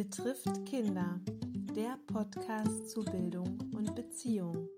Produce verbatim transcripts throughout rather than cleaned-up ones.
betrifft Kinder, der Podcast zu Bildung und Beziehung.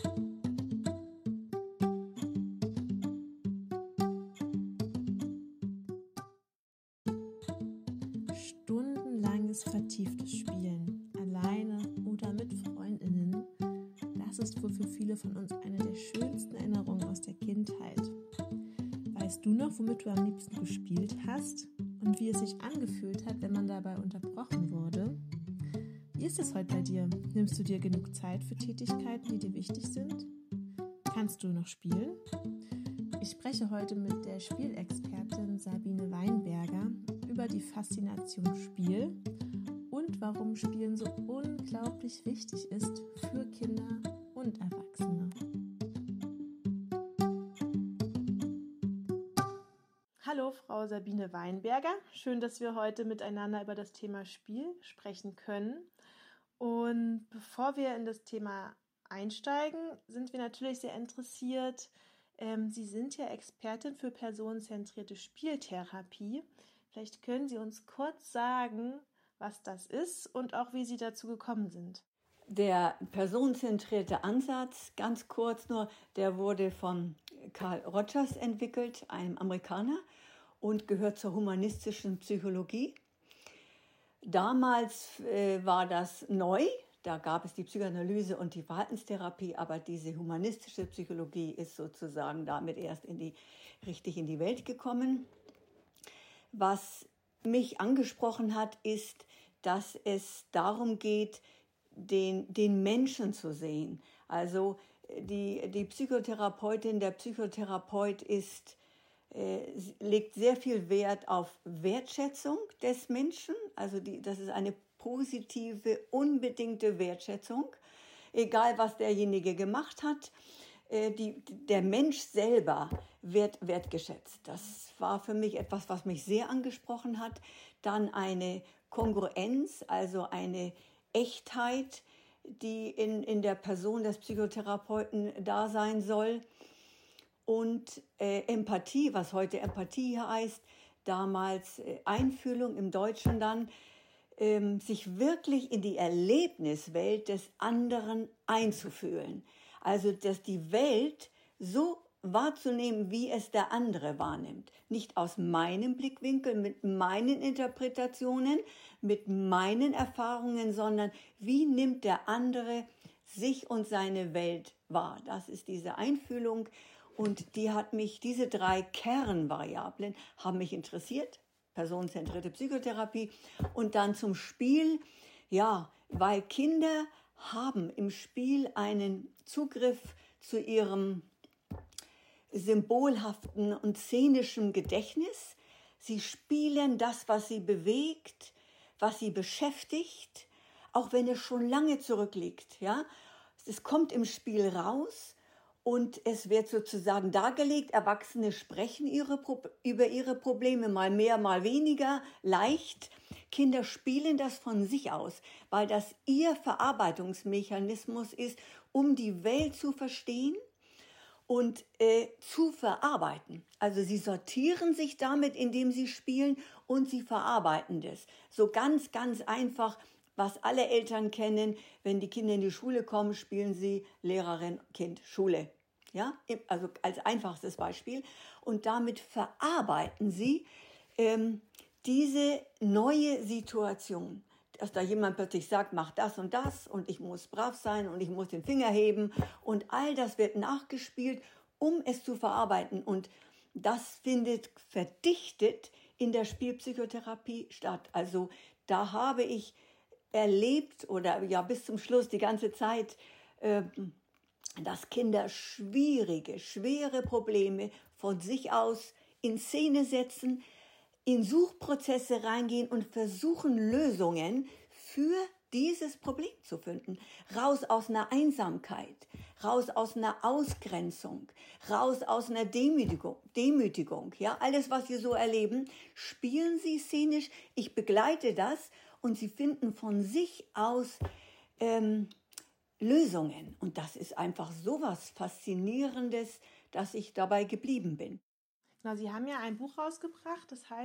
Stundenlanges vertieftes Spielen, alleine oder mit Freundinnen, das ist wohl für viele von uns eine der schönsten Erinnerungen aus der Kindheit. Weißt du noch, womit du am liebsten gespielt hast und wie es sich angefühlt hat, wenn man dabei unterbrochen wurde? Wie ist es heute bei dir? Nimmst du dir genug Zeit für Tätigkeiten, die dir wichtig sind? Kannst du noch spielen? Ich spreche heute mit der Spielexpertin Sabine Weinberger über die Faszination Spiel und warum Spielen so unglaublich wichtig ist für Kinder und Erwachsene. Hallo Frau Sabine Weinberger, schön, dass wir heute miteinander über das Thema Spiel sprechen können. Und bevor wir in das Thema einsteigen, sind wir natürlich sehr interessiert. Ähm, Sie sind ja Expertin für personenzentrierte Spieltherapie. Vielleicht können Sie uns kurz sagen, was das ist und auch wie Sie dazu gekommen sind. Der personenzentrierte Ansatz, ganz kurz nur, der wurde von Carl Rogers entwickelt, einem Amerikaner, und gehört zur humanistischen Psychologie. Damals äh, war das neu, da gab es die Psychoanalyse und die Verhaltenstherapie, aber diese humanistische Psychologie ist sozusagen damit erst in die, richtig in die Welt gekommen. Was mich angesprochen hat, ist, dass es darum geht, den, den Menschen zu sehen. Also die, die Psychotherapeutin, der Psychotherapeut ist, äh, legt sehr viel Wert auf Wertschätzung des Menschen. Also die, das ist eine positive, unbedingte Wertschätzung, egal was derjenige gemacht hat. Äh, die, der Mensch selber wird wertgeschätzt. Das war für mich etwas, was mich sehr angesprochen hat. Dann eine Kongruenz, also eine Echtheit, die in, in der Person des Psychotherapeuten da sein soll. Und äh, Empathie, was heute Empathie heißt, damals äh, Einfühlung im Deutschen dann, ähm, sich wirklich in die Erlebniswelt des anderen einzufühlen. Also, dass die Welt so wahrzunehmen, wie es der andere wahrnimmt. Nicht aus meinem Blickwinkel, mit meinen Interpretationen, mit meinen Erfahrungen, sondern wie nimmt der andere sich und seine Welt wahr. Das ist diese Einfühlung und die hat mich, diese drei Kernvariablen haben mich interessiert. Personenzentrierte Psychotherapie und dann zum Spiel, ja, weil Kinder haben im Spiel einen Zugriff zu ihrem symbolhaften und szenischen Gedächtnis. Sie spielen das, was sie bewegt, was sie beschäftigt, auch wenn es schon lange zurückliegt. Ja? Es kommt im Spiel raus und es wird sozusagen dargelegt. Erwachsene sprechen ihre, über ihre Probleme, mal mehr, mal weniger, leicht. Kinder spielen das von sich aus, weil das ihr Verarbeitungsmechanismus ist, um die Welt zu verstehen und äh, zu verarbeiten. Also sie sortieren sich damit, indem sie spielen und sie verarbeiten das. So ganz, ganz einfach, was alle Eltern kennen, wenn die Kinder in die Schule kommen, spielen sie Lehrerin, Kind, Schule. Ja, also als einfachstes Beispiel. Und damit verarbeiten sie ähm, diese neue Situation. Dass da jemand plötzlich sagt, mach das und das und ich muss brav sein und ich muss den Finger heben und all das wird nachgespielt, um es zu verarbeiten. Und das findet verdichtet in der Spielpsychotherapie statt. Also da habe ich erlebt oder ja bis zum Schluss die ganze Zeit, äh, dass Kinder schwierige, schwere Probleme von sich aus in Szene setzen, in Suchprozesse reingehen und versuchen, Lösungen für dieses Problem zu finden. Raus aus einer Einsamkeit, raus aus einer Ausgrenzung, raus aus einer Demütigung, Demütigung. Ja, alles, was wir so erleben, spielen sie szenisch. Ich begleite das und sie finden von sich aus ähm, Lösungen. Und das ist einfach so was Faszinierendes, dass ich dabei geblieben bin. Genau, Sie haben ja ein Buch rausgebracht, das heißt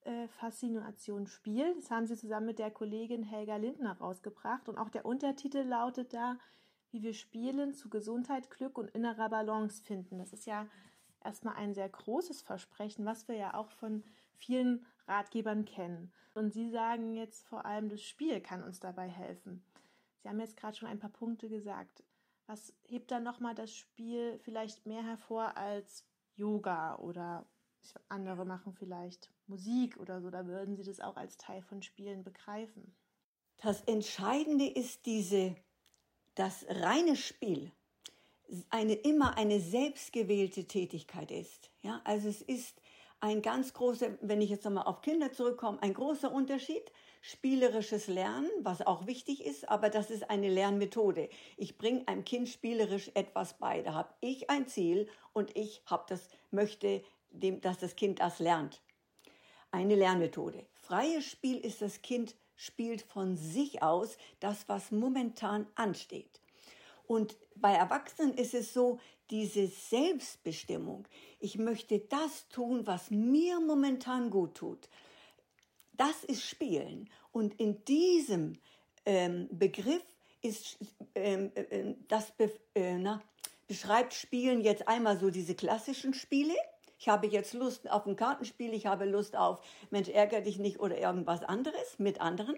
äh, Faszination Spiel. Das haben sie zusammen mit der Kollegin Helga Lindner rausgebracht. Und auch der Untertitel lautet da, wie wir Spielen zu Gesundheit, Glück und innerer Balance finden. Das ist ja erstmal ein sehr großes Versprechen, was wir ja auch von vielen Ratgebern kennen. Und Sie sagen jetzt vor allem, das Spiel kann uns dabei helfen. Sie haben jetzt gerade schon ein paar Punkte gesagt. Was hebt dann nochmal das Spiel vielleicht mehr hervor als Yoga oder andere machen vielleicht Musik oder so? Da würden Sie das auch als Teil von Spielen begreifen. Das Entscheidende ist diese, das reine Spiel eine, immer eine selbstgewählte Tätigkeit ist. Ja, also es ist ein ganz großer, wenn ich jetzt nochmal auf Kinder zurückkomme, ein großer Unterschied. Spielerisches Lernen, was auch wichtig ist, aber das ist eine Lernmethode. Ich bringe einem Kind spielerisch etwas bei. Da habe ich ein Ziel und ich habe das, möchte, dem, dass das Kind das lernt. Eine Lernmethode. Freies Spiel ist, das Kind spielt von sich aus das, was momentan ansteht. Und bei Erwachsenen ist es so, diese Selbstbestimmung. Ich möchte das tun, was mir momentan gut tut. Das ist Spielen. Und in diesem ähm, Begriff ist, ähm, äh, das be äh, na, beschreibt Spielen jetzt einmal so diese klassischen Spiele. Ich habe jetzt Lust auf ein Kartenspiel, ich habe Lust auf Mensch, ärgere dich nicht oder irgendwas anderes mit anderen.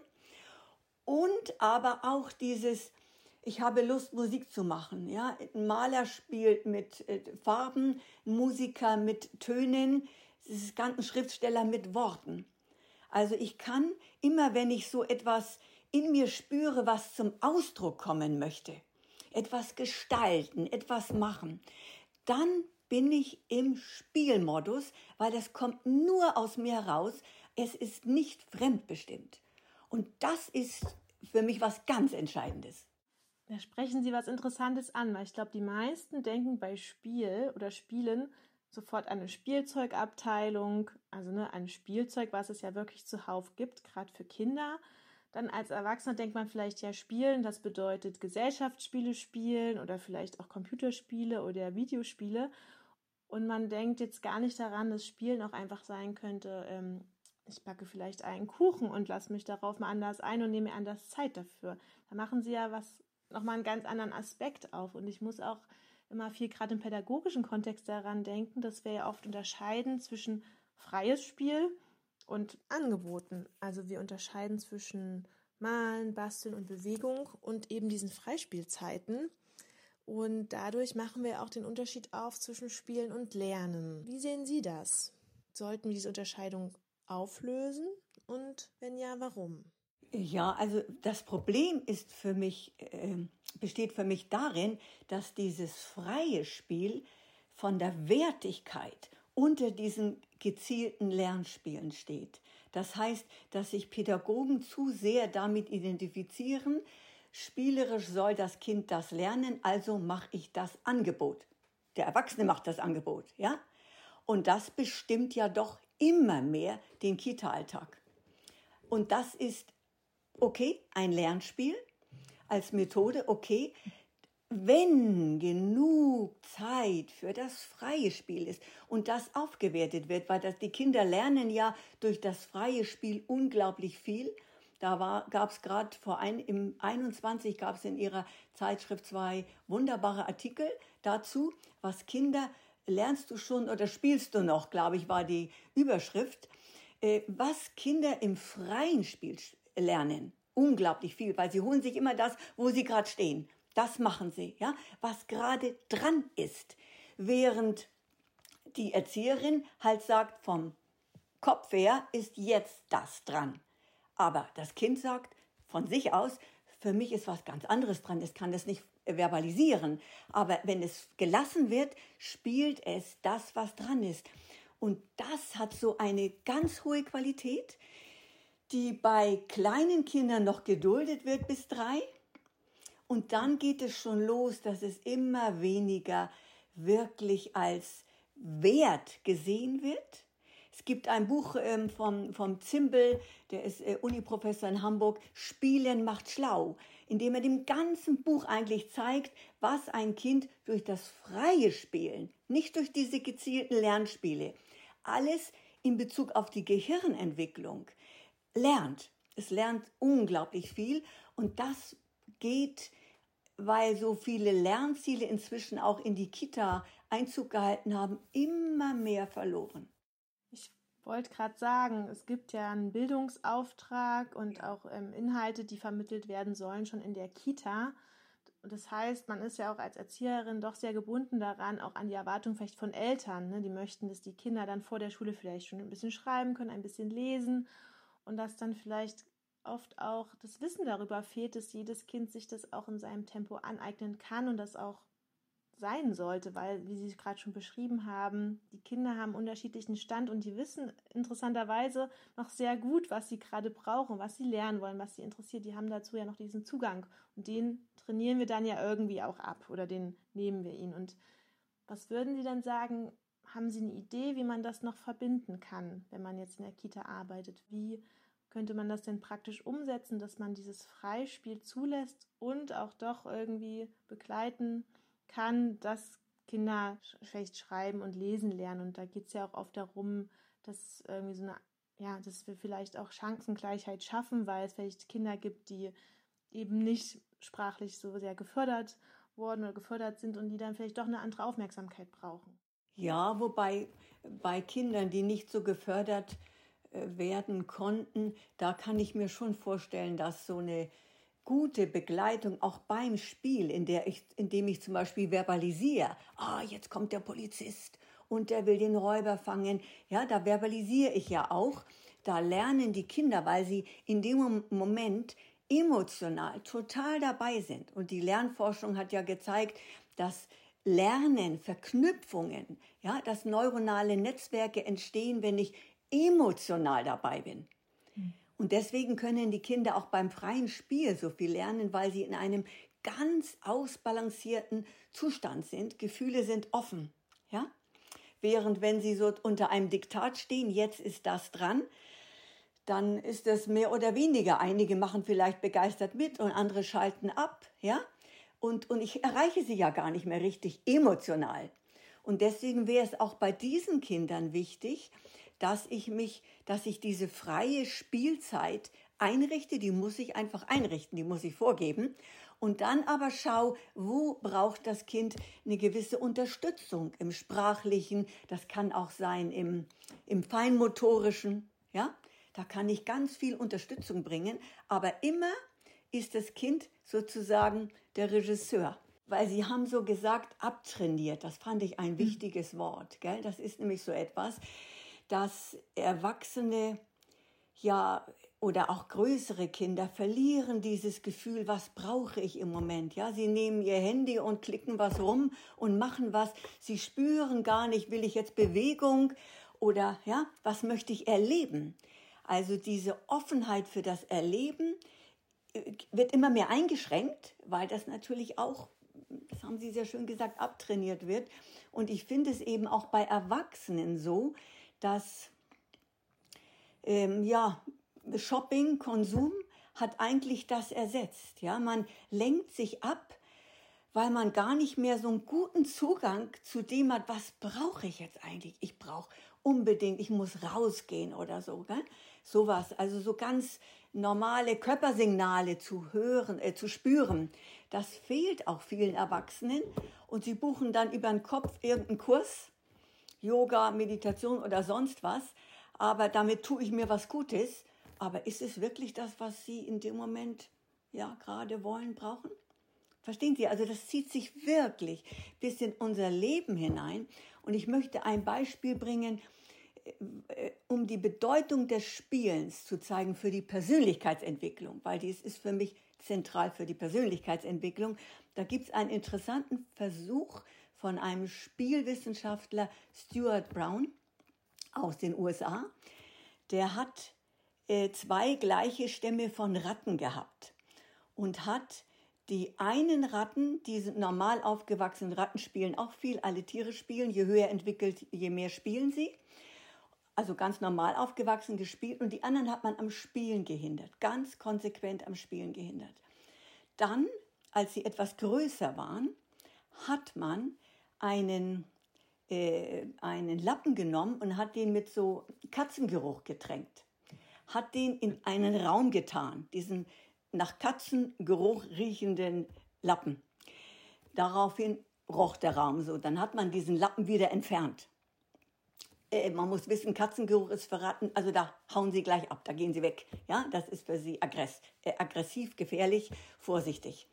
Und aber auch dieses, ich habe Lust, Musik zu machen. Ja? Ein Maler spielt mit äh, Farben, ein Musiker mit Tönen, es ist ganz ein Schriftsteller mit Worten. Also ich kann immer, wenn ich so etwas in mir spüre, was zum Ausdruck kommen möchte, etwas gestalten, etwas machen, dann bin ich im Spielmodus, weil das kommt nur aus mir heraus. Es ist nicht fremdbestimmt. Und das ist für mich was ganz Entscheidendes. Da sprechen Sie was Interessantes an, weil ich glaube, die meisten denken bei Spiel oder Spielen sofort an eine Spielzeugabteilung, also ne, ein Spielzeug, was es ja wirklich zuhauf gibt, gerade für Kinder. Dann als Erwachsener denkt man vielleicht, ja, Spielen, das bedeutet Gesellschaftsspiele spielen oder vielleicht auch Computerspiele oder Videospiele. Und man denkt jetzt gar nicht daran, dass Spielen auch einfach sein könnte, ähm, ich backe vielleicht einen Kuchen und lasse mich darauf mal anders ein und nehme mir anders Zeit dafür. Da machen Sie ja was, nochmal einen ganz anderen Aspekt auf. Und ich muss auch immer viel gerade im pädagogischen Kontext daran denken, dass wir ja oft unterscheiden zwischen freies Spiel und Angeboten. Also wir unterscheiden zwischen Malen, Basteln und Bewegung und eben diesen Freispielzeiten. Und dadurch machen wir auch den Unterschied auf zwischen Spielen und Lernen. Wie sehen Sie das? Sollten wir diese Unterscheidung auflösen? Und wenn ja, warum? Ja, also das Problem ist für mich, äh, besteht für mich darin, dass dieses freie Spiel von der Wertigkeit unter diesen gezielten Lernspielen steht. Das heißt, dass sich Pädagogen zu sehr damit identifizieren, spielerisch soll das Kind das lernen, also mache ich das Angebot. Der Erwachsene macht das Angebot, ja? Und das bestimmt ja doch immer mehr den Kita-Alltag. Und das ist okay, ein Lernspiel als Methode, okay, wenn genug Zeit für das freie Spiel ist und das aufgewertet wird, weil das, die Kinder lernen ja durch das freie Spiel unglaublich viel. Da gab es gerade vor ein, im einundzwanzig gab es in ihrer Zeitschrift zwei wunderbare Artikel dazu, was Kinder, lernst du schon oder spielst du noch, glaube ich, war die Überschrift, äh, was Kinder im freien Spiel lernen. Unglaublich viel, weil sie holen sich immer das, wo sie gerade stehen. Das machen sie, ja, was gerade dran ist. Während die Erzieherin halt sagt, vom Kopf her ist jetzt das dran. Aber das Kind sagt von sich aus, für mich ist was ganz anderes dran. Es kann das nicht verbalisieren. Aber wenn es gelassen wird, spielt es das, was dran ist. Und das hat so eine ganz hohe Qualität, die bei kleinen Kindern noch geduldet wird bis drei. Und dann geht es schon los, dass es immer weniger wirklich als Wert gesehen wird. Es gibt ein Buch ähm, vom, vom Zimbel, der ist äh, Uniprofessor in Hamburg, Spielen macht schlau, in dem er dem ganzen Buch eigentlich zeigt, was ein Kind durch das freie Spielen, nicht durch diese gezielten Lernspiele, alles in Bezug auf die Gehirnentwicklung lernt. Es lernt unglaublich viel und das geht, weil so viele Lernziele inzwischen auch in die Kita Einzug gehalten haben, immer mehr verloren. Ich wollte gerade sagen, es gibt ja einen Bildungsauftrag und auch ähm, Inhalte, die vermittelt werden sollen, schon in der Kita. Und das heißt, man ist ja auch als Erzieherin doch sehr gebunden daran, auch an die Erwartung vielleicht von Eltern. Ne? Die möchten, dass die Kinder dann vor der Schule vielleicht schon ein bisschen schreiben können, ein bisschen lesen und dass dann vielleicht oft auch das Wissen darüber fehlt, dass jedes Kind sich das auch in seinem Tempo aneignen kann und das auch sein sollte, weil, wie Sie es gerade schon beschrieben haben, die Kinder haben unterschiedlichen Stand und die wissen interessanterweise noch sehr gut, was sie gerade brauchen, was sie lernen wollen, was sie interessiert. Die haben dazu ja noch diesen Zugang und den trainieren wir dann ja irgendwie auch ab oder den nehmen wir ihnen. Und was würden Sie dann sagen, haben Sie eine Idee, wie man das noch verbinden kann, wenn man jetzt in der Kita arbeitet? Wie könnte man das denn praktisch umsetzen, dass man dieses Freispiel zulässt und auch doch irgendwie begleiten kann, dass Kinder vielleicht schreiben und lesen lernen. Und da geht es ja auch oft darum, dass irgendwie so eine, ja, dass wir vielleicht auch Chancengleichheit schaffen, weil es vielleicht Kinder gibt, die eben nicht sprachlich so sehr gefördert worden oder gefördert sind und die dann vielleicht doch eine andere Aufmerksamkeit brauchen. Ja, wobei bei Kindern, die nicht so gefördert äh, werden konnten, da kann ich mir schon vorstellen, dass so eine gute Begleitung auch beim Spiel, in der ich, in dem ich zum Beispiel verbalisiere, ah, jetzt kommt der Polizist und der will den Räuber fangen. Ja, da verbalisiere ich ja auch. Da lernen die Kinder, weil sie in dem Moment emotional total dabei sind. Und die Lernforschung hat ja gezeigt, dass Lernen, Verknüpfungen, ja, dass neuronale Netzwerke entstehen, wenn ich emotional dabei bin. Und deswegen können die Kinder auch beim freien Spiel so viel lernen, weil sie in einem ganz ausbalancierten Zustand sind. Gefühle sind offen, ja? Während wenn sie so unter einem Diktat stehen, jetzt ist das dran, dann ist es mehr oder weniger. Einige machen vielleicht begeistert mit und andere schalten ab, ja? Und, und ich erreiche sie ja gar nicht mehr richtig emotional. Und deswegen wäre es auch bei diesen Kindern wichtig, dass ich mich, dass ich diese freie Spielzeit einrichte, die muss ich einfach einrichten, die muss ich vorgeben. Und dann aber schau, wo braucht das Kind eine gewisse Unterstützung im Sprachlichen, das kann auch sein im, im Feinmotorischen, ja? Da kann ich ganz viel Unterstützung bringen, aber immer ist das Kind sozusagen der Regisseur. Weil Sie haben so gesagt, abtrainiert, das fand ich ein wichtiges Wort, gell? Das ist nämlich so etwas, dass Erwachsene, ja, oder auch größere Kinder verlieren dieses Gefühl, was brauche ich im Moment, ja? Sie nehmen ihr Handy und klicken was rum und machen was. Sie spüren gar nicht, will ich jetzt Bewegung oder, ja, was möchte ich erleben? Also diese Offenheit für das Erleben wird immer mehr eingeschränkt, weil das natürlich auch, das haben Sie sehr schön gesagt, abtrainiert wird. Und ich finde es eben auch bei Erwachsenen so, dass ähm, ja, Shopping, Konsum hat eigentlich das ersetzt. Ja? Man lenkt sich ab, weil man gar nicht mehr so einen guten Zugang zu dem hat, was brauche ich jetzt eigentlich? Ich brauche unbedingt, ich muss rausgehen oder so. Gell? Sowas, also so ganz normale Körpersignale zu hören, äh, zu spüren, das fehlt auch vielen Erwachsenen und sie buchen dann über den Kopf irgendeinen Kurs, Yoga, Meditation oder sonst was, aber damit tue ich mir was Gutes. Aber ist es wirklich das, was Sie in dem Moment ja gerade wollen, brauchen? Verstehen Sie? Also das zieht sich wirklich bis in unser Leben hinein. Und ich möchte ein Beispiel bringen, um die Bedeutung des Spielens zu zeigen für die Persönlichkeitsentwicklung, weil dies ist für mich zentral für die Persönlichkeitsentwicklung. Da gibt es einen interessanten Versuch von einem Spielwissenschaftler, Stuart Brown aus den U S A. Der hat äh, zwei gleiche Stämme von Ratten gehabt und hat die einen Ratten, die sind normal aufgewachsenen Ratten, spielen auch viel, alle Tiere spielen, je höher entwickelt, je mehr spielen sie. Also ganz normal aufgewachsen gespielt und die anderen hat man am Spielen gehindert, ganz konsequent am Spielen gehindert. Dann, als sie etwas größer waren, hat man einen äh, einen Lappen genommen und hat den mit so Katzengeruch getränkt. Hat den in einen Raum getan, diesen nach Katzengeruch riechenden Lappen. Daraufhin roch der Raum so. Dann hat man diesen Lappen wieder entfernt. Äh, man muss wissen, Katzengeruch ist verraten, also da hauen sie gleich ab, da gehen sie weg. Ja, das ist für sie aggress, äh, aggressiv, gefährlich, vorsichtig.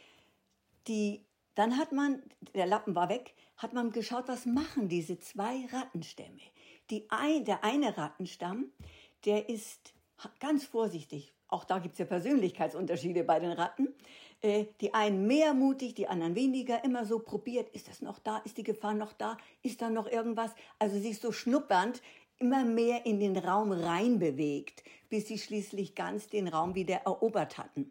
Die, dann hat man, der Lappen war weg, hat man geschaut, was machen diese zwei Rattenstämme. Die ein, der eine Rattenstamm, der ist ganz vorsichtig. Auch da gibt es ja Persönlichkeitsunterschiede bei den Ratten. Äh, die einen mehr mutig, die anderen weniger. Immer so probiert, ist das noch da? Ist die Gefahr noch da? Ist da noch irgendwas? Also sich so schnuppernd immer mehr in den Raum reinbewegt, bis sie schließlich ganz den Raum wieder erobert hatten.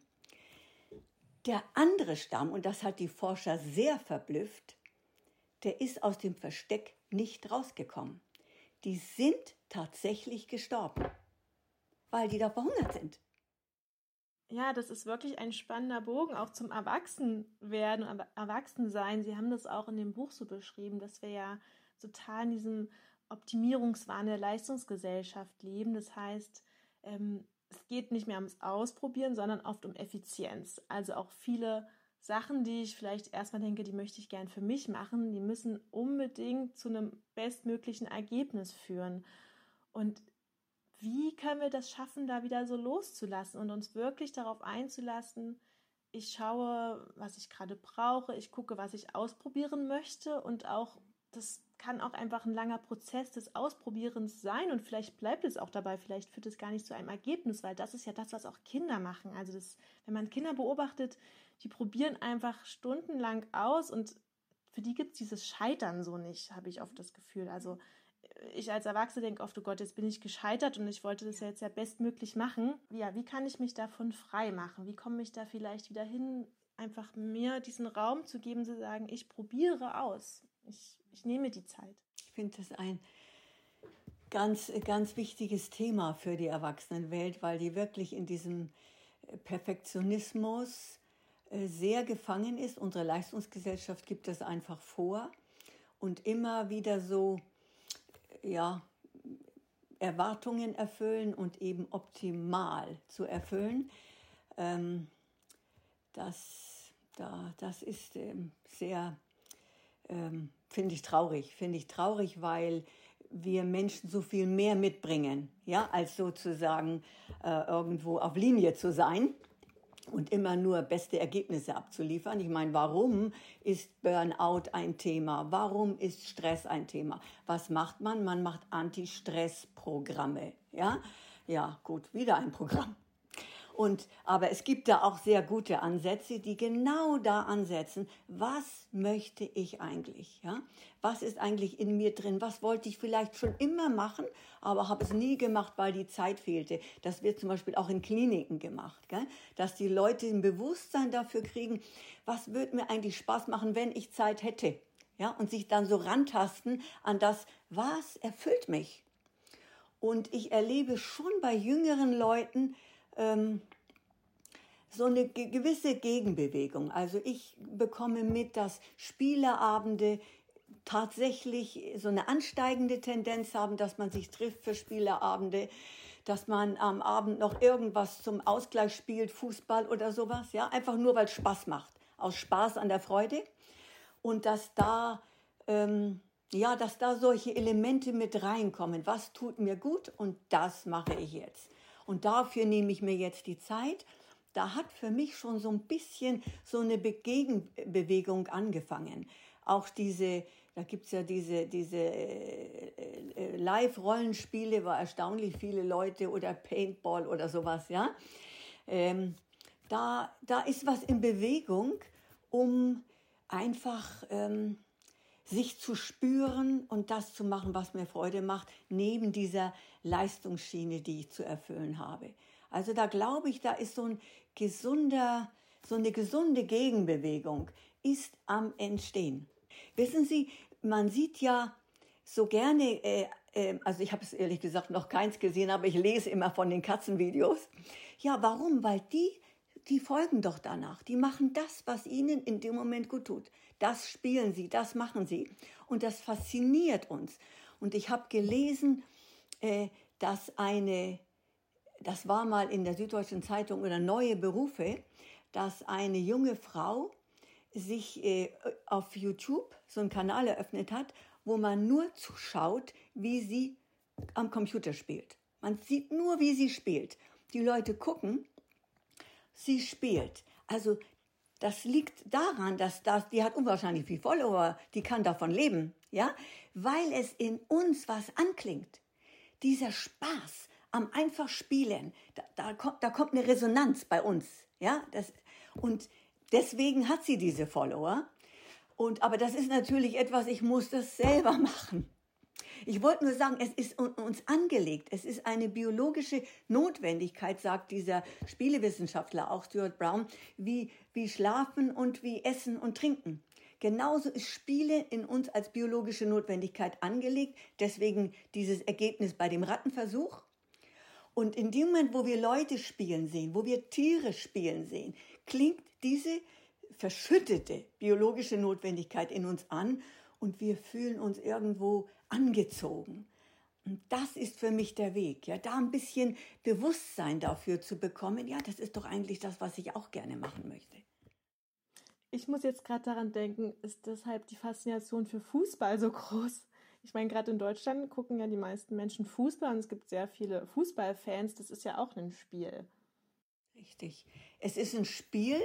Der andere Stamm, und das hat die Forscher sehr verblüfft, der ist aus dem Versteck nicht rausgekommen. Die sind tatsächlich gestorben, weil die da verhungert sind. Ja, das ist wirklich ein spannender Bogen, auch zum Erwachsenwerden und Erwachsensein. Sie haben das auch in dem Buch so beschrieben, dass wir ja total in diesem Optimierungswahn der Leistungsgesellschaft leben. Das heißt, ähm, es geht nicht mehr ums Ausprobieren, sondern oft um Effizienz. Also auch viele Sachen, die ich vielleicht erstmal denke, die möchte ich gern für mich machen, die müssen unbedingt zu einem bestmöglichen Ergebnis führen. Und wie können wir das schaffen, da wieder so loszulassen und uns wirklich darauf einzulassen, ich schaue, was ich gerade brauche, ich gucke, was ich ausprobieren möchte und auch, das kann auch einfach ein langer Prozess des Ausprobierens sein und vielleicht bleibt es auch dabei, vielleicht führt es gar nicht zu einem Ergebnis, weil das ist ja das, was auch Kinder machen. Also das, wenn man Kinder beobachtet, die probieren einfach stundenlang aus und für die gibt es dieses Scheitern so nicht, habe ich oft das Gefühl. Also ich als Erwachsene denke oft, oh Gott, jetzt bin ich gescheitert und ich wollte das ja jetzt ja bestmöglich machen. Ja, wie kann ich mich davon frei machen? Wie komme ich da vielleicht wieder hin, einfach mir diesen Raum zu geben, zu sagen, ich probiere aus. Ich, ich nehme die Zeit. Ich finde das ein ganz, ganz wichtiges Thema für die Erwachsenenwelt, weil die wirklich in diesem Perfektionismus sehr gefangen ist. Unsere Leistungsgesellschaft gibt das einfach vor und immer wieder so, ja, Erwartungen erfüllen und eben optimal zu erfüllen. Ähm, das, da, das ist ähm, sehr, ähm, finde ich traurig, finde ich traurig, weil wir Menschen so viel mehr mitbringen, ja, als sozusagen äh, irgendwo auf Linie zu sein und immer nur beste Ergebnisse abzuliefern. Ich meine, warum ist Burnout ein Thema? Warum ist Stress ein Thema? Was macht man? Man macht Anti-Stress-Programme. Ja, ja, gut, wieder ein Programm. Und, aber es gibt da auch sehr gute Ansätze, die genau da ansetzen, was möchte ich eigentlich? Ja? Was ist eigentlich in mir drin? Was wollte ich vielleicht schon immer machen, aber habe es nie gemacht, weil die Zeit fehlte. Das wird zum Beispiel auch in Kliniken gemacht, gell? Dass die Leute ein Bewusstsein dafür kriegen, was würde mir eigentlich Spaß machen, wenn ich Zeit hätte? Ja? Und sich dann so rantasten an das, was erfüllt mich? Und ich erlebe schon bei jüngeren Leuten, Ähm, so eine ge- gewisse Gegenbewegung. Also ich bekomme mit, dass Spieleabende tatsächlich so eine ansteigende Tendenz haben, dass man sich trifft für Spieleabende, dass man am Abend noch irgendwas zum Ausgleich spielt, Fußball oder sowas, ja, einfach nur, weil es Spaß macht, aus Spaß an der Freude. Und dass da, ähm, ja, dass da solche Elemente mit reinkommen. Was tut mir gut und das mache ich jetzt. Und dafür nehme ich mir jetzt die Zeit. Da hat für mich schon so ein bisschen so eine Gegenbewegung angefangen. Auch diese, da gibt's ja diese, diese äh, Live-Rollenspiele, wo erstaunlich viele Leute oder Paintball oder sowas, ja. Ähm, da, da ist was in Bewegung, um einfach ähm, sich zu spüren und das zu machen, was mir Freude macht, neben dieser Leistungsschiene, die ich zu erfüllen habe. Also da glaube ich, da ist so ein gesunder, so eine gesunde Gegenbewegung ist am Entstehen. Wissen Sie, man sieht ja so gerne, äh, äh, also ich habe es ehrlich gesagt noch keins gesehen, aber ich lese immer von den Katzenvideos. Ja, warum? Weil die Die folgen doch danach. Die machen das, was ihnen in dem Moment gut tut. das spielen sie, das machen sie. Und das fasziniert uns. Und ich habe gelesen, äh, dass eine, das war mal in der Süddeutschen Zeitung oder Neue Berufe, dass eine junge Frau sich äh, auf YouTube so einen Kanal eröffnet hat, wo man nur zuschaut, wie sie am Computer spielt. Man sieht nur, wie sie spielt. Die Leute gucken, sie spielt. Also das liegt daran, dass das, die hat unwahrscheinlich viel Follower, die kann davon leben, ja, weil es in uns was anklingt. Dieser Spaß am einfach Spielen, da, da, kommt, da kommt eine Resonanz bei uns, ja, das, und deswegen hat sie diese Follower. Und, aber das ist natürlich etwas, ich muss das selber machen. Ich wollte nur sagen, es ist uns angelegt. Es ist eine biologische Notwendigkeit, sagt dieser Spielewissenschaftler, auch Stuart Brown, wie, wie Schlafen und wie Essen und Trinken. Genauso ist Spiele in uns als biologische Notwendigkeit angelegt. Deswegen dieses Ergebnis bei dem Rattenversuch. Und in dem Moment, wo wir Leute spielen sehen, wo wir Tiere spielen sehen, klingt diese verschüttete biologische Notwendigkeit in uns an und wir fühlen uns irgendwo angezogen. Und das ist für mich der Weg, ja, da ein bisschen Bewusstsein dafür zu bekommen. Ja, das ist doch eigentlich das, was ich auch gerne machen möchte. Ich muss jetzt gerade daran denken, ist deshalb die Faszination für Fußball so groß? Ich meine, gerade in Deutschland gucken ja die meisten Menschen Fußball und es gibt sehr viele Fußballfans. Das ist ja auch ein Spiel. Richtig. Es ist ein Spiel.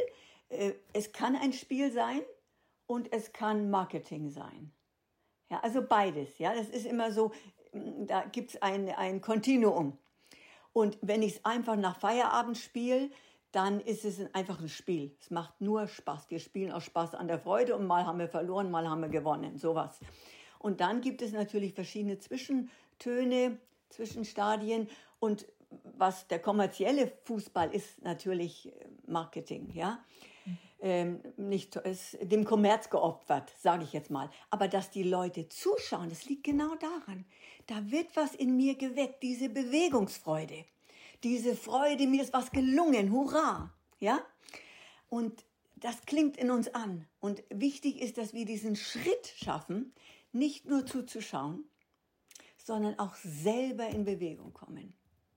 Es kann ein Spiel sein und es kann Marketing sein. Ja, also beides. Ja, das ist immer so, da gibt es ein, ein Kontinuum. Und wenn ich es einfach nach Feierabend spiele, dann ist es einfach ein Spiel. Es macht nur Spaß. Wir spielen aus Spaß an der Freude und mal haben wir verloren, mal haben wir gewonnen. Sowas. Und dann gibt es natürlich verschiedene Zwischentöne, Zwischenstadien. Und was der kommerzielle Fußball ist, natürlich Marketing, ja. Mhm. Ähm, nicht ist dem Kommerz geopfert, sage ich jetzt mal. Aber dass die Leute zuschauen, das liegt genau daran. Da wird was in mir geweckt, diese Bewegungsfreude, diese Freude, mir ist was gelungen, hurra, ja. Und das klingt in uns an. Und wichtig ist, dass wir diesen Schritt schaffen, nicht nur zuzuschauen, sondern auch selber in Bewegung kommen.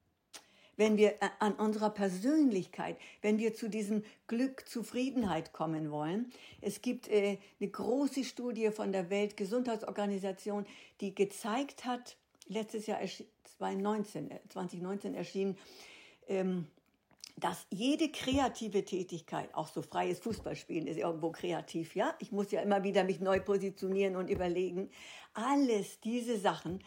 Wenn wir an unserer Persönlichkeit, wenn wir zu diesem Glück, Zufriedenheit kommen wollen. Es gibt äh, eine große Studie von der Weltgesundheitsorganisation, die gezeigt hat, letztes Jahr zwanzig neunzehn erschienen, ähm, dass jede kreative Tätigkeit, auch so freies Fußballspielen ist irgendwo kreativ, ja? Ich muss ja immer wieder mich neu positionieren und überlegen. Alles diese Sachen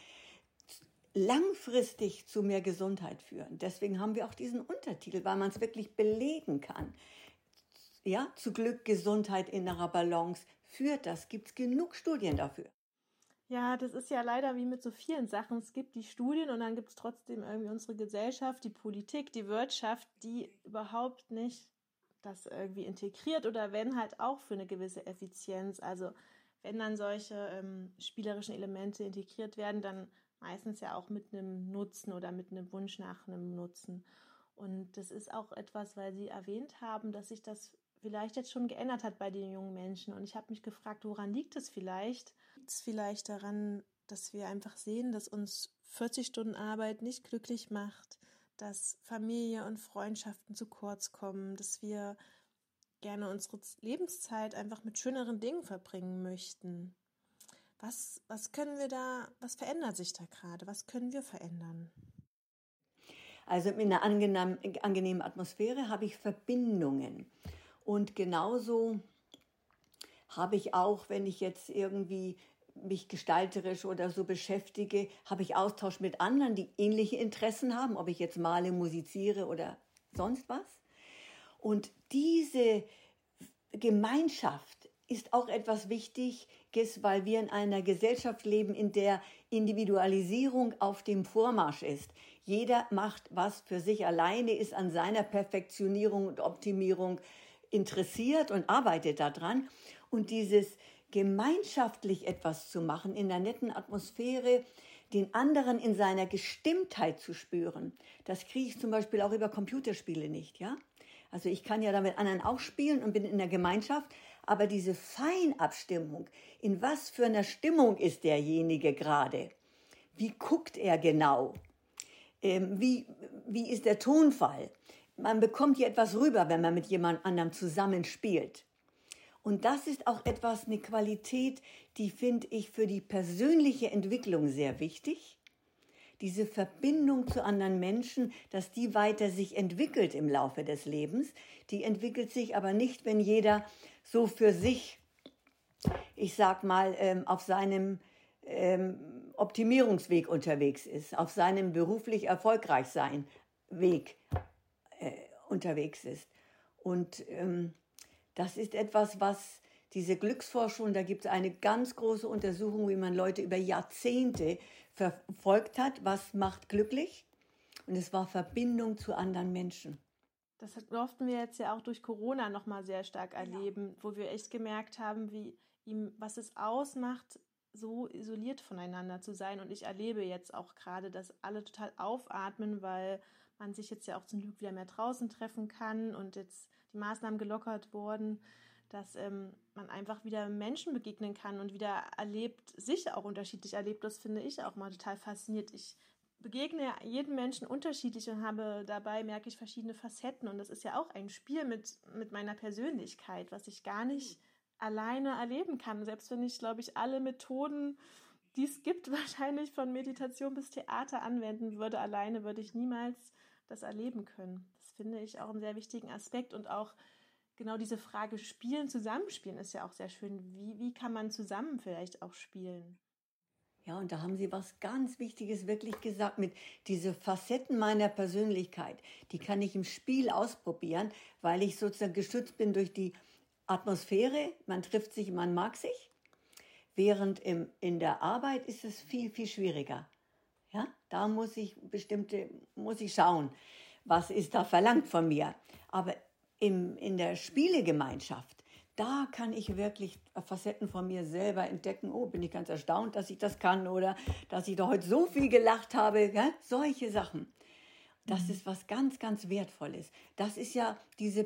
langfristig zu mehr Gesundheit führen. Deswegen haben wir auch diesen Untertitel, weil man es wirklich belegen kann. Ja, zu Glück, Gesundheit, innerer Balance führt das. Gibt es genug Studien dafür. Ja, das ist ja leider wie mit so vielen Sachen. Es gibt die Studien und dann gibt es trotzdem irgendwie unsere Gesellschaft, die Politik, die Wirtschaft, die überhaupt nicht das irgendwie integriert oder wenn halt auch für eine gewisse Effizienz. Also wenn dann solche ähm, spielerischen Elemente integriert werden, dann meistens ja auch mit einem Nutzen oder mit einem Wunsch nach einem Nutzen. Und das ist auch etwas, weil Sie erwähnt haben, dass sich das vielleicht jetzt schon geändert hat bei den jungen Menschen. Und ich habe mich gefragt, woran liegt es vielleicht? Liegt es vielleicht daran, dass wir einfach sehen, dass uns vierzig Stunden Arbeit nicht glücklich macht, dass Familie und Freundschaften zu kurz kommen, dass wir gerne unsere Lebenszeit einfach mit schöneren Dingen verbringen möchten? Was, was können wir da, was verändert sich da gerade? Was können wir verändern? Also in einer angenehmen, angenehmen Atmosphäre habe ich Verbindungen. Und genauso habe ich auch, wenn ich jetzt irgendwie mich gestalterisch oder so beschäftige, habe ich Austausch mit anderen, die ähnliche Interessen haben, ob ich jetzt male, musiziere oder sonst was. Und diese Gemeinschaft ist auch etwas Wichtiges, weil wir in einer Gesellschaft leben, in der Individualisierung auf dem Vormarsch ist. Jeder macht was für sich alleine, ist an seiner Perfektionierung und Optimierung interessiert und arbeitet daran. Und dieses gemeinschaftlich etwas zu machen, in einer netten Atmosphäre, den anderen in seiner Gestimmtheit zu spüren, das kriege ich zum Beispiel auch über Computerspiele nicht, ja? Also ich kann ja da mit anderen auch spielen und bin in der Gemeinschaft, Aber diese Feinabstimmung, in was für einer Stimmung ist derjenige gerade? Wie guckt er genau? Ähm, wie, wie ist der Tonfall? Man bekommt hier etwas rüber, wenn man mit jemand anderem zusammenspielt. Und das ist auch etwas, eine Qualität, die finde ich für die persönliche Entwicklung sehr wichtig. Diese Verbindung zu anderen Menschen, dass die weiter sich entwickelt im Laufe des Lebens. Die entwickelt sich aber nicht, wenn jeder so für sich, ich sag mal, ähm, auf seinem ähm, Optimierungsweg unterwegs ist, auf seinem beruflich erfolgreich sein Weg äh, unterwegs ist. Und ähm, das ist etwas, was diese Glücksforschung, da gibt es eine ganz große Untersuchung, wie man Leute über Jahrzehnte verfolgt hat, was macht glücklich. Und es war Verbindung zu anderen Menschen. Das durften wir jetzt ja auch durch Corona nochmal sehr stark erleben, ja. Wo wir echt gemerkt haben, wie ihm, was es ausmacht, so isoliert voneinander zu sein. Und ich erlebe jetzt auch gerade, dass alle total aufatmen, weil man sich jetzt ja auch zum Glück wieder mehr draußen treffen kann und jetzt die Maßnahmen gelockert wurden, dass ähm, man einfach wieder Menschen begegnen kann und wieder erlebt, sich auch unterschiedlich erlebt. Das finde ich auch mal total faszinierend. Ich begegne jedem Menschen unterschiedlich und habe dabei, merke ich, verschiedene Facetten. Und das ist ja auch ein Spiel mit, mit meiner Persönlichkeit, was ich gar nicht alleine erleben kann. Selbst wenn ich, glaube ich, alle Methoden, die es gibt, wahrscheinlich von Meditation bis Theater anwenden würde, alleine würde ich niemals das erleben können. Das finde ich auch einen sehr wichtigen Aspekt. Und auch genau diese Frage Spielen, Zusammenspielen ist ja auch sehr schön. Wie, wie kann man zusammen vielleicht auch spielen? Ja, und da haben Sie was ganz Wichtiges wirklich gesagt mit diese Facetten meiner Persönlichkeit. Die kann ich im Spiel ausprobieren, weil ich sozusagen geschützt bin durch die Atmosphäre. Man trifft sich, man mag sich. Während im, in der Arbeit ist es viel, viel schwieriger. Ja, da muss ich bestimmte, muss ich schauen, was ist da verlangt von mir. Aber im, in der Spielegemeinschaft, da kann ich wirklich Facetten von mir selber entdecken. Oh, bin ich ganz erstaunt, dass ich das kann oder dass ich da heute so viel gelacht habe. Ja? Solche Sachen. Das mhm. ist was ganz, ganz Wertvolles. Das ist ja diese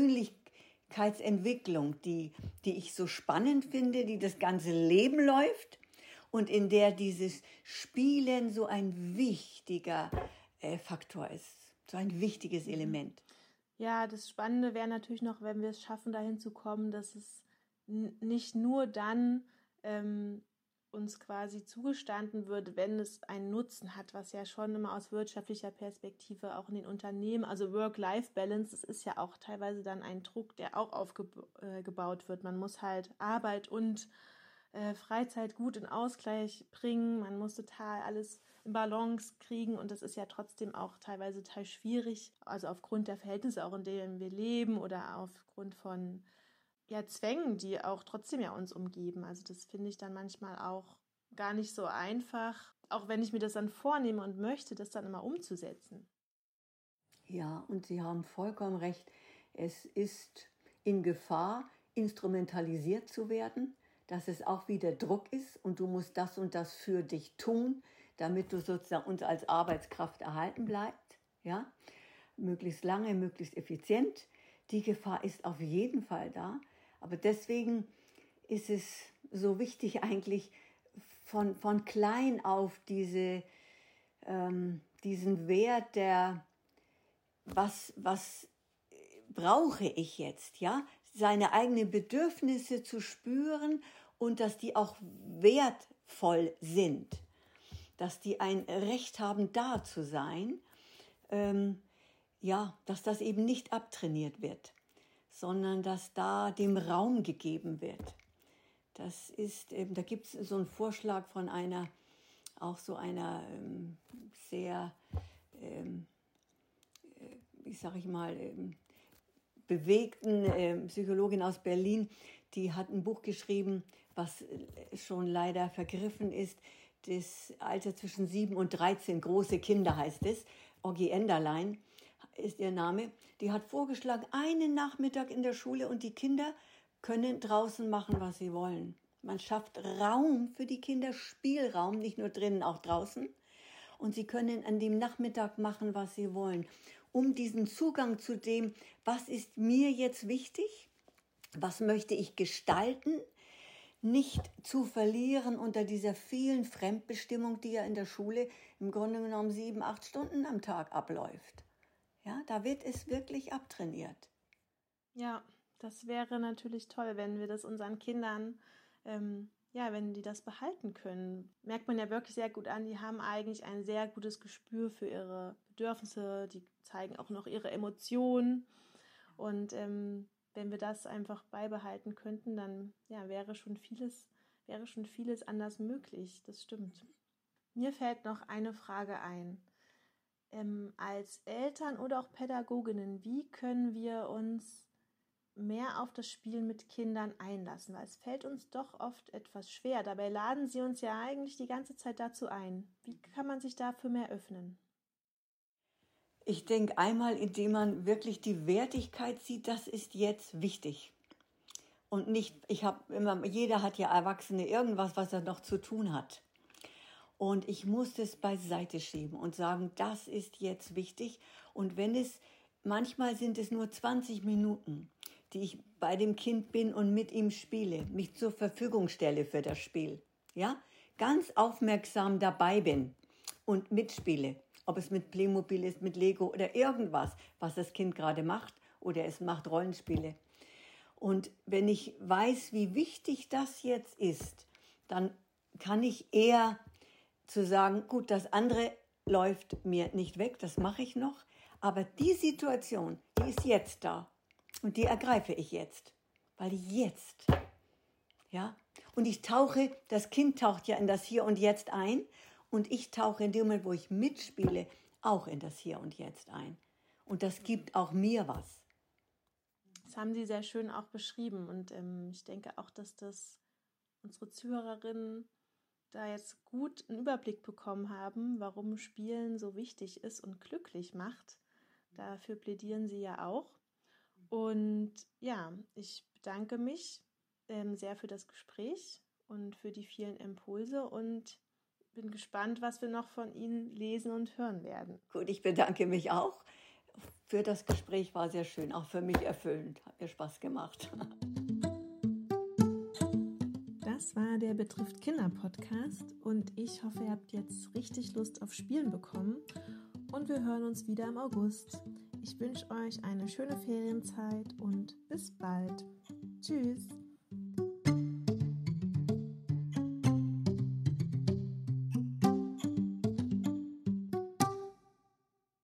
Persönlichkeitsentwicklung, die, die ich so spannend finde, die das ganze Leben läuft und in der dieses Spielen so ein wichtiger äh, Faktor ist. So ein wichtiges Element. Ja, das Spannende wäre natürlich noch, wenn wir es schaffen, dahin zu kommen, dass es n- nicht nur dann ähm, uns quasi zugestanden wird, wenn es einen Nutzen hat, was ja schon immer aus wirtschaftlicher Perspektive auch in den Unternehmen, also Work-Life-Balance, das ist ja auch teilweise dann ein Druck, der auch aufgebaut wird. Man muss halt Arbeit und äh, Freizeit gut in Ausgleich bringen, man muss total alles in Balance kriegen und das ist ja trotzdem auch teilweise total schwierig, also aufgrund der Verhältnisse auch, in denen wir leben oder aufgrund von ja, Zwängen, die auch trotzdem ja uns umgeben. Also das finde ich dann manchmal auch gar nicht so einfach, auch wenn ich mir das dann vornehme und möchte, das dann immer umzusetzen. Ja, und Sie haben vollkommen recht. Es ist in Gefahr, instrumentalisiert zu werden, dass es auch wieder Druck ist und du musst das und das für dich tun, damit du sozusagen uns als Arbeitskraft erhalten bleibst, ja, möglichst lange, möglichst effizient. Die Gefahr ist auf jeden Fall da, aber deswegen ist es so wichtig eigentlich von, von klein auf diese, ähm, diesen Wert der, was, was brauche ich jetzt, ja, seine eigenen Bedürfnisse zu spüren und dass die auch wertvoll sind. Dass die ein Recht haben, da zu sein, ähm, ja, dass das eben nicht abtrainiert wird, sondern dass da dem Raum gegeben wird. Das ist eben, da gibt es so einen Vorschlag von einer, auch so einer ähm, sehr, ähm, wie sage ich mal, ähm, bewegten äh, Psychologin aus Berlin, die hat ein Buch geschrieben, was schon leider vergriffen ist, das Alter zwischen sieben und dreizehn, große Kinder heißt es, Oggi Enderlein ist ihr Name, die hat vorgeschlagen, einen Nachmittag in der Schule und die Kinder können draußen machen, was sie wollen. Man schafft Raum für die Kinder, Spielraum, nicht nur drinnen, auch draußen. Und sie können an dem Nachmittag machen, was sie wollen, um diesen Zugang zu dem, was ist mir jetzt wichtig, Was möchte ich gestalten? Nicht zu verlieren unter dieser vielen Fremdbestimmung, die ja in der Schule im Grunde genommen sieben, acht Stunden am Tag abläuft. Ja, da wird es wirklich abtrainiert. Ja, das wäre natürlich toll, wenn wir das unseren Kindern, ähm, ja, wenn die das behalten können. Merkt man ja wirklich sehr gut an, die haben eigentlich ein sehr gutes Gespür für ihre Bedürfnisse, die zeigen auch noch ihre Emotionen. Und ähm, wenn wir das einfach beibehalten könnten, dann ja, wäre schon vieles, wäre schon vieles anders möglich. Das stimmt. Mir fällt noch eine Frage ein. Ähm, als Eltern oder auch Pädagoginnen, wie können wir uns mehr auf das Spielen mit Kindern einlassen? Weil es fällt uns doch oft etwas schwer. Dabei laden sie uns ja eigentlich die ganze Zeit dazu ein. Wie kann man sich dafür mehr öffnen? Ich denke einmal, indem man wirklich die Wertigkeit sieht, das ist jetzt wichtig. Und nicht, ich habe immer, jeder hat ja Erwachsene irgendwas, was er noch zu tun hat. Und ich muss das beiseite schieben und sagen, das ist jetzt wichtig. Und wenn es, manchmal sind es nur zwanzig Minuten, die ich bei dem Kind bin und mit ihm spiele, mich zur Verfügung stelle für das Spiel. Ja, ganz aufmerksam dabei bin und mitspiele. Ob es mit Playmobil ist, mit Lego oder irgendwas, was das Kind gerade macht oder es macht Rollenspiele. Und wenn ich weiß, wie wichtig das jetzt ist, dann kann ich eher zu sagen, gut, das andere läuft mir nicht weg, das mache ich noch, aber die Situation, die ist jetzt da und die ergreife ich jetzt, weil jetzt, ja, und ich tauche, das Kind taucht ja in das Hier und Jetzt ein und ich tauche in dem Moment, wo ich mitspiele, auch in das Hier und Jetzt ein. Und das gibt auch mir was. Das haben Sie sehr schön auch beschrieben. Und ähm, ich denke auch, dass das unsere Zuhörerinnen da jetzt gut einen Überblick bekommen haben, warum Spielen so wichtig ist und glücklich macht. Dafür plädieren Sie ja auch. Und ja, ich bedanke mich ähm, sehr für das Gespräch und für die vielen Impulse und bin gespannt, was wir noch von Ihnen lesen und hören werden. Gut, ich bedanke mich auch für das Gespräch, war sehr schön, auch für mich erfüllend, hat mir Spaß gemacht. Das war der Betrifft Kinder Podcast und ich hoffe, ihr habt jetzt richtig Lust auf Spielen bekommen und wir hören uns wieder im August. Ich wünsche euch eine schöne Ferienzeit und bis bald. Tschüss!